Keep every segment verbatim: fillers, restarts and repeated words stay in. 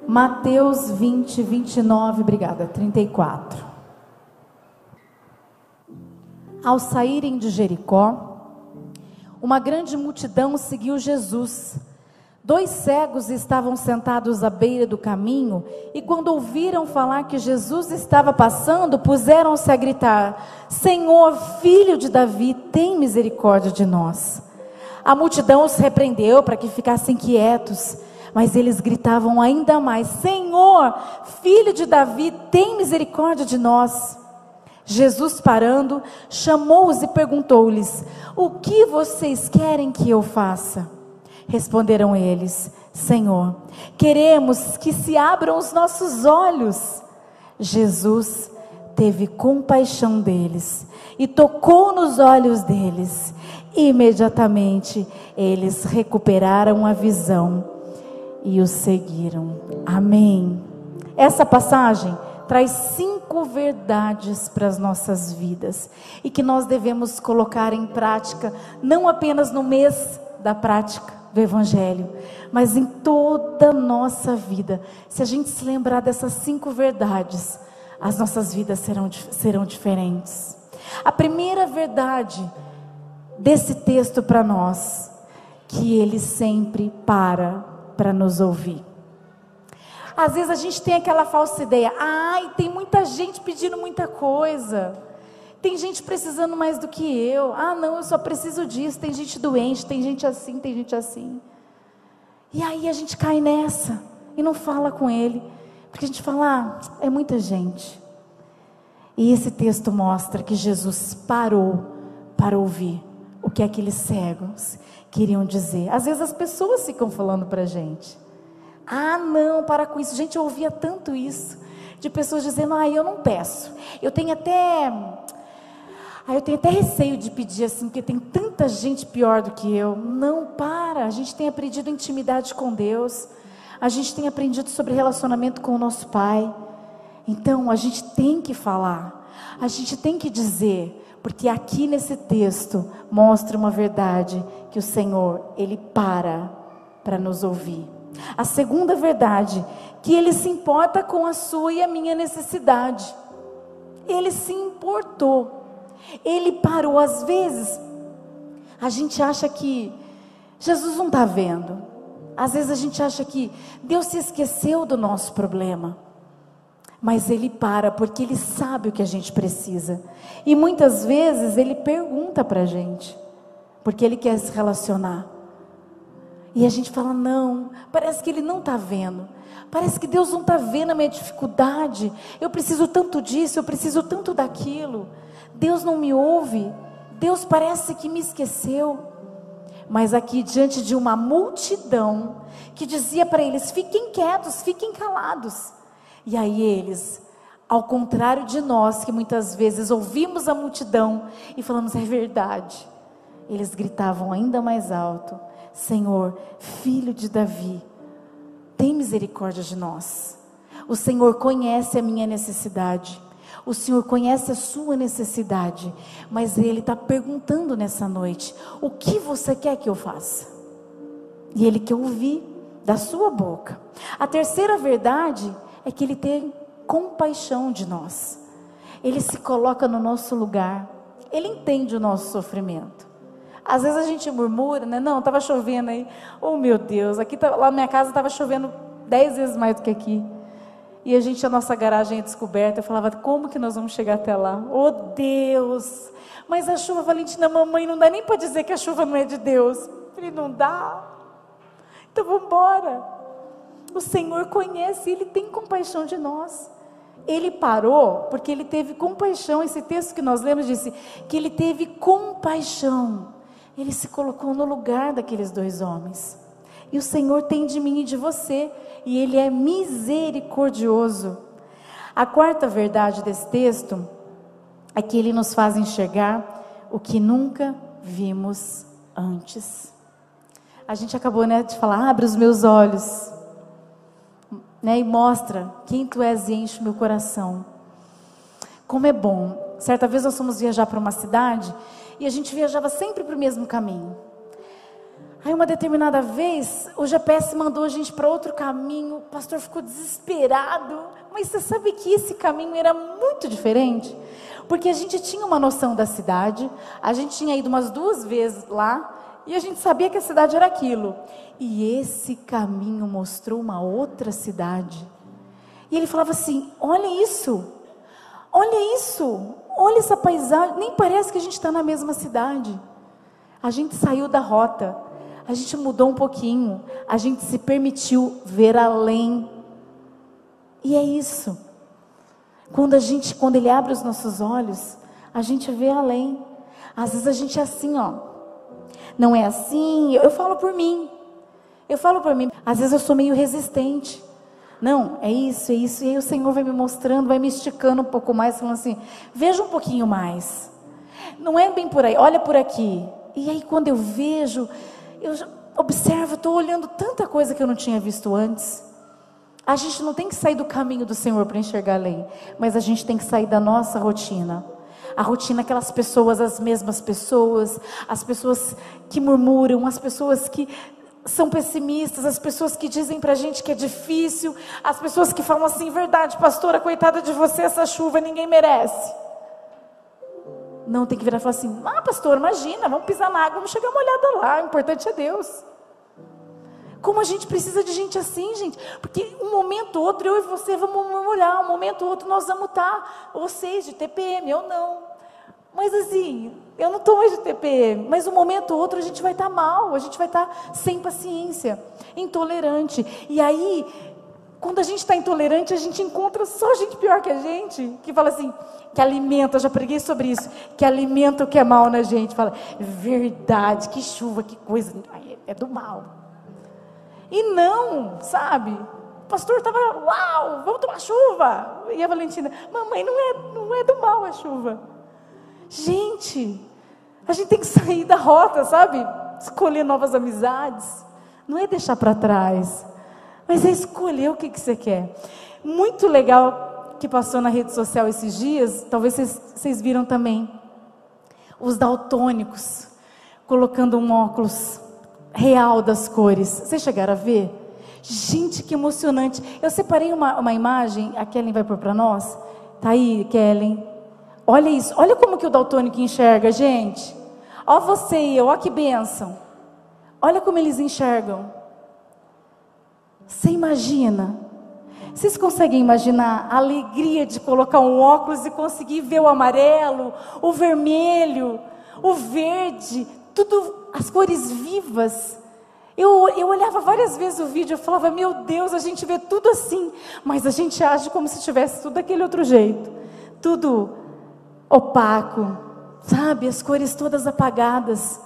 Mateus vinte, vinte e nove, obrigada, trinta e quatro. Ao saírem de Jericó, uma grande multidão seguiu Jesus. Dois cegos estavam sentados à beira do caminho, e quando ouviram falar que Jesus estava passando, puseram-se a gritar: Senhor, filho de Davi, tem misericórdia de nós. A multidão os repreendeu para que ficassem quietos, mas eles gritavam ainda mais: Senhor, filho de Davi, tem misericórdia de nós. Jesus, parando, chamou-os e perguntou-lhes: o que vocês querem que eu faça? Responderam eles: Senhor, queremos que se abram os nossos olhos. Jesus teve compaixão deles e tocou nos olhos deles. Imediatamente eles recuperaram a visão e o seguiram. Amém. Essa passagem traz cinco verdades para as nossas vidas e que nós devemos colocar em prática, não apenas no mês da prática do Evangelho, mas em toda a nossa vida. Se a gente se lembrar dessas cinco verdades, as nossas vidas serão, serão diferentes. A primeira verdade desse texto para nós, que Ele sempre para para nos ouvir. Às vezes a gente tem aquela falsa ideia: ai, tem muita gente pedindo muita coisa, tem gente precisando mais do que eu, ah não, eu só preciso disso, tem gente doente, tem gente assim, tem gente assim. E aí a gente cai nessa e não fala com Ele, porque a gente fala: ah, é muita gente. E esse texto mostra que Jesus parou para ouvir o que aqueles cegos queriam dizer. Às vezes as pessoas ficam falando para a gente: ah não, para com isso. Gente, eu ouvia tanto isso, de pessoas dizendo: ah, eu não peço, eu tenho até ah, eu tenho até receio de pedir assim, porque tem tanta gente pior do que eu. Não, para, a gente tem aprendido intimidade com Deus, a gente tem aprendido sobre relacionamento com o nosso Pai. Então a gente tem que falar, a gente tem que dizer, porque aqui nesse texto mostra uma verdade, que o Senhor, Ele para para nos ouvir. A segunda verdade, que Ele se importa com a sua e a minha necessidade. Ele se importou, Ele parou. Às vezes a gente acha que Jesus não está vendo, às vezes a gente acha que Deus se esqueceu do nosso problema, mas Ele para, porque Ele sabe o que a gente precisa, e muitas vezes Ele pergunta para a gente, porque Ele quer se relacionar. E a gente fala: não, parece que Ele não está vendo, parece que Deus não está vendo a minha dificuldade, eu preciso tanto disso, eu preciso tanto daquilo, Deus não me ouve, Deus parece que me esqueceu. Mas aqui, diante de uma multidão que dizia para eles: fiquem quietos, fiquem calados, e aí eles, ao contrário de nós, que muitas vezes ouvimos a multidão e falamos: é verdade, eles gritavam ainda mais alto: Senhor, filho de Davi, tem misericórdia de nós. O Senhor conhece a minha necessidade, o Senhor conhece a sua necessidade, mas Ele está perguntando nessa noite: o que você quer que eu faça? E Ele quer ouvir da sua boca. A terceira verdade é que Ele tem compaixão de nós, Ele se coloca no nosso lugar, Ele entende o nosso sofrimento. Às vezes a gente murmura, né? Não, estava chovendo aí, oh meu Deus, aqui tá, lá na minha casa estava chovendo dez vezes mais do que aqui, e a gente, a nossa garagem é descoberta. Eu falava: como que nós vamos chegar até lá? Oh Deus, mas a chuva, Valentina, mamãe, não dá nem para dizer que a chuva não é de Deus. Eu falei: não dá, então vamos embora. O Senhor conhece, Ele tem compaixão de nós. Ele parou porque Ele teve compaixão. Esse texto que nós lemos disse que Ele teve compaixão. Ele se colocou no lugar daqueles dois homens. E o Senhor tem de mim e de você, e Ele é misericordioso. A quarta verdade desse texto é que Ele nos faz enxergar o que nunca vimos antes. A gente acabou, né, de falar: abre os meus olhos, né, e mostra quem Tu és e enche o meu coração. Como é bom. Certa vez nós fomos viajar para uma cidade e a gente viajava sempre para o mesmo caminho. Aí uma determinada vez, o G P S mandou a gente para outro caminho, o pastor ficou desesperado, mas você sabe que esse caminho era muito diferente? Porque a gente tinha uma noção da cidade, a gente tinha ido umas duas vezes lá, e a gente sabia que a cidade era aquilo. E esse caminho mostrou uma outra cidade. E ele falava assim, olha isso, olha isso, olha essa paisagem, nem parece que a gente está na mesma cidade. A gente saiu da rota, a gente mudou um pouquinho, a gente se permitiu ver além. E é isso. Quando a gente, quando Ele abre os nossos olhos, a gente vê além. Às vezes a gente é assim, ó. Não é assim, eu, eu falo por mim. Eu falo por mim. Às vezes eu sou meio resistente. Não, é isso, é isso. E aí o Senhor vai me mostrando, vai me esticando um pouco mais, falando assim, veja um pouquinho mais. Não é bem por aí, olha por aqui. E aí quando eu vejo, eu observo, estou olhando tanta coisa que eu não tinha visto antes. A gente não tem que sair do caminho do Senhor para enxergar além, mas a gente tem que sair da nossa rotina. A rotina, aquelas pessoas, as mesmas pessoas, as pessoas que murmuram, as pessoas que são pessimistas, as pessoas que dizem pra gente que é difícil, as pessoas que falam assim, verdade, pastora, coitada de você, essa chuva ninguém merece. Não, tem que virar e falar assim, ah, pastor, imagina, vamos pisar na água, vamos chegar uma olhada lá, o importante é Deus. Como a gente precisa de gente assim, gente, porque um momento ou outro, eu e você vamos olhar, um momento ou outro nós vamos estar, vocês de T P M, eu não, mas assim, eu não estou mais de T P M, mas um momento ou outro a gente vai estar mal, a gente vai estar sem paciência, intolerante, e aí, quando a gente está intolerante, a gente encontra só gente pior que a gente, que fala assim, que alimenta, eu já preguei sobre isso, que alimenta o que é mal na gente, fala, verdade, que chuva, que coisa, é do mal. E não, sabe? O pastor estava, uau, vamos tomar chuva. E a Valentina, mamãe, não é, não é do mal a chuva. Gente, a gente tem que sair da rota, sabe? Escolher novas amizades. Não é deixar para trás, mas é escolher o que, que você quer. Muito legal que passou na rede social esses dias, talvez vocês, vocês viram também. Os daltônicos, colocando um óculos real das cores. Vocês chegaram a ver? Gente, que emocionante. Eu separei uma, uma imagem, a Kellen vai pôr para nós. Tá aí, Kellen. Olha isso, olha como que o daltônico enxerga, gente. Ó você e eu, ó que bênção. Olha como eles enxergam. Você imagina? Vocês conseguem imaginar a alegria de colocar um óculos e conseguir ver o amarelo, o vermelho, o verde, tudo, as cores vivas. Eu, eu olhava várias vezes o vídeo, eu falava, meu Deus, a gente vê tudo assim, mas a gente age como se tivesse tudo daquele outro jeito, tudo opaco, sabe, as cores todas apagadas.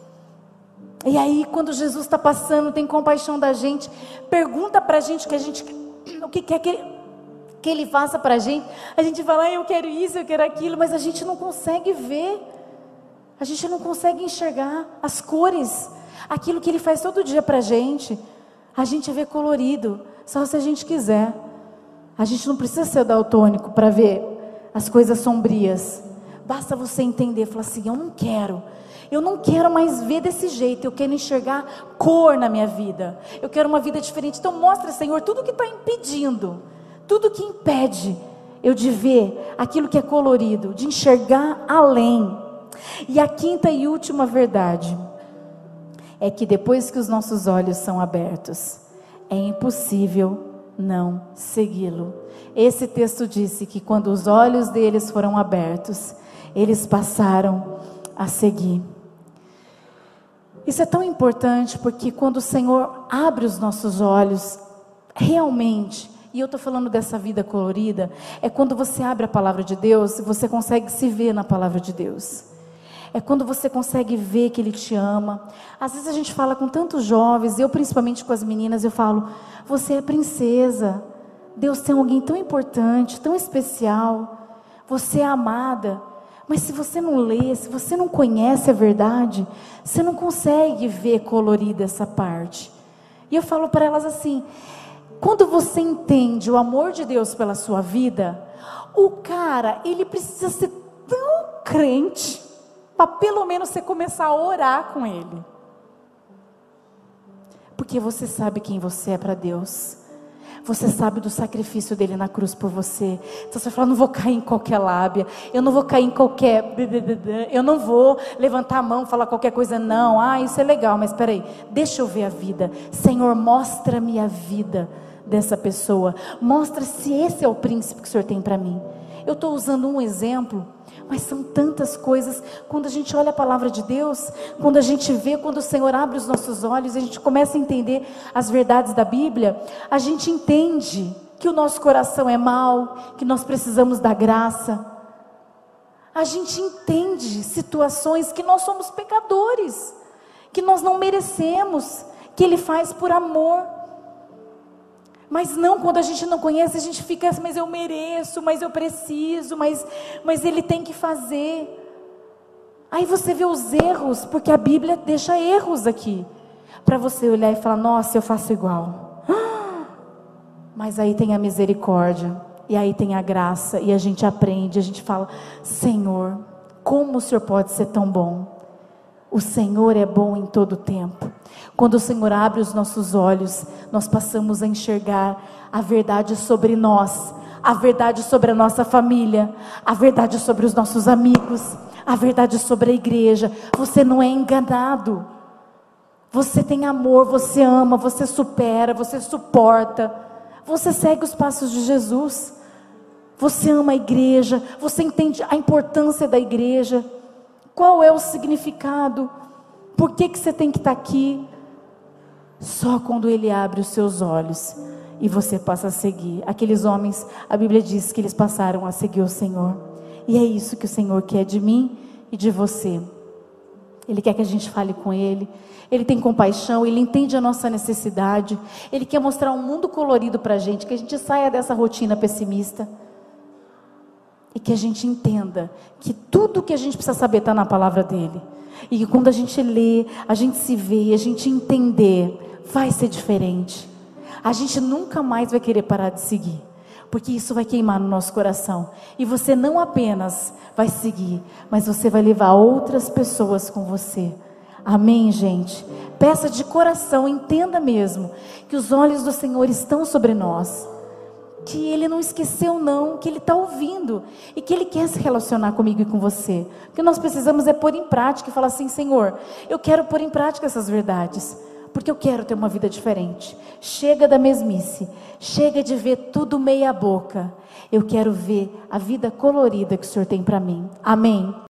E aí quando Jesus está passando, tem compaixão da gente, pergunta pra gente, que a gente o que quer que, que Ele faça pra gente, a gente fala, ah, eu quero isso, eu quero aquilo, mas a gente não consegue ver, a gente não consegue enxergar as cores, aquilo que Ele faz todo dia pra gente, a gente vê colorido, só se a gente quiser. A gente não precisa ser daltônico para ver as coisas sombrias, basta você entender, falar assim, eu não quero, eu não quero mais ver desse jeito, eu quero enxergar cor na minha vida, eu quero uma vida diferente. Então mostra, Senhor, tudo que está impedindo, tudo que impede eu de ver aquilo que é colorido, de enxergar além. E a quinta e última verdade é que depois que os nossos olhos são abertos, é impossível não segui-lo. Esse texto disse que quando os olhos deles foram abertos, eles passaram a seguir. Isso é tão importante, porque quando o Senhor abre os nossos olhos, realmente, e eu estou falando dessa vida colorida, é quando você abre a palavra de Deus e você consegue se ver na palavra de Deus. É quando você consegue ver que Ele te ama. Às vezes a gente fala com tantos jovens, eu principalmente com as meninas, eu falo, você é princesa, Deus tem alguém tão importante, tão especial, você é amada. Mas se você não lê, se você não conhece a verdade, você não consegue ver colorida essa parte. E eu falo para elas assim, quando você entende o amor de Deus pela sua vida, o cara, ele precisa ser tão crente, para pelo menos você começar a orar com ele. Porque você sabe quem você é para Deus. Você sabe do sacrifício dele na cruz por você. Então você fala, não vou cair em qualquer lábia, eu não vou cair em qualquer, eu não vou levantar a mão, falar qualquer coisa, não. Ah, isso é legal, mas espera aí, deixa eu ver a vida. Senhor, mostra-me a vida dessa pessoa. Mostra se esse é o príncipe que o Senhor tem para mim. Eu estou usando um exemplo, mas são tantas coisas. Quando a gente olha a palavra de Deus, quando a gente vê, quando o Senhor abre os nossos olhos, a gente começa a entender as verdades da Bíblia, a gente entende que o nosso coração é mau, que nós precisamos da graça. A gente entende situações que nós somos pecadores, que nós não merecemos, que Ele faz por amor. Mas não, quando a gente não conhece, a gente fica assim, mas eu mereço, mas eu preciso, mas, mas Ele tem que fazer. Aí você vê os erros, porque a Bíblia deixa erros aqui, para você olhar e falar, nossa, eu faço igual. Mas aí tem a misericórdia, e aí tem a graça, e a gente aprende, a gente fala, Senhor, como o Senhor pode ser tão bom? O Senhor é bom em todo tempo. Quando o Senhor abre os nossos olhos, nós passamos a enxergar a verdade sobre nós, a verdade sobre a nossa família, a verdade sobre os nossos amigos, a verdade sobre a igreja. Você não é enganado. Você tem amor, você ama, você supera, você suporta. Você segue os passos de Jesus. Você ama a igreja, você entende a importância da igreja. Qual é o significado? Por que que você tem que estar aqui? Só quando Ele abre os seus olhos e você passa a seguir. Aqueles homens, a Bíblia diz que eles passaram a seguir o Senhor. E é isso que o Senhor quer de mim e de você. Ele quer que a gente fale com Ele. Ele tem compaixão, Ele entende a nossa necessidade. Ele quer mostrar um mundo colorido para a gente, que a gente saia dessa rotina pessimista. E que a gente entenda que tudo que a gente precisa saber está na palavra dEle. E que quando a gente lê, a gente se vê, a gente entender, vai ser diferente. A gente nunca mais vai querer parar de seguir, porque isso vai queimar no nosso coração. E você não apenas vai seguir, mas você vai levar outras pessoas com você. Amém, gente? Peça de coração, entenda mesmo que os olhos do Senhor estão sobre nós, que Ele não esqueceu não, que Ele está ouvindo e que Ele quer se relacionar comigo e com você. O que nós precisamos é pôr em prática e falar assim, Senhor, eu quero pôr em prática essas verdades, porque eu quero ter uma vida diferente. Chega da mesmice, chega de ver tudo meia boca. Eu quero ver a vida colorida que o Senhor tem para mim. Amém?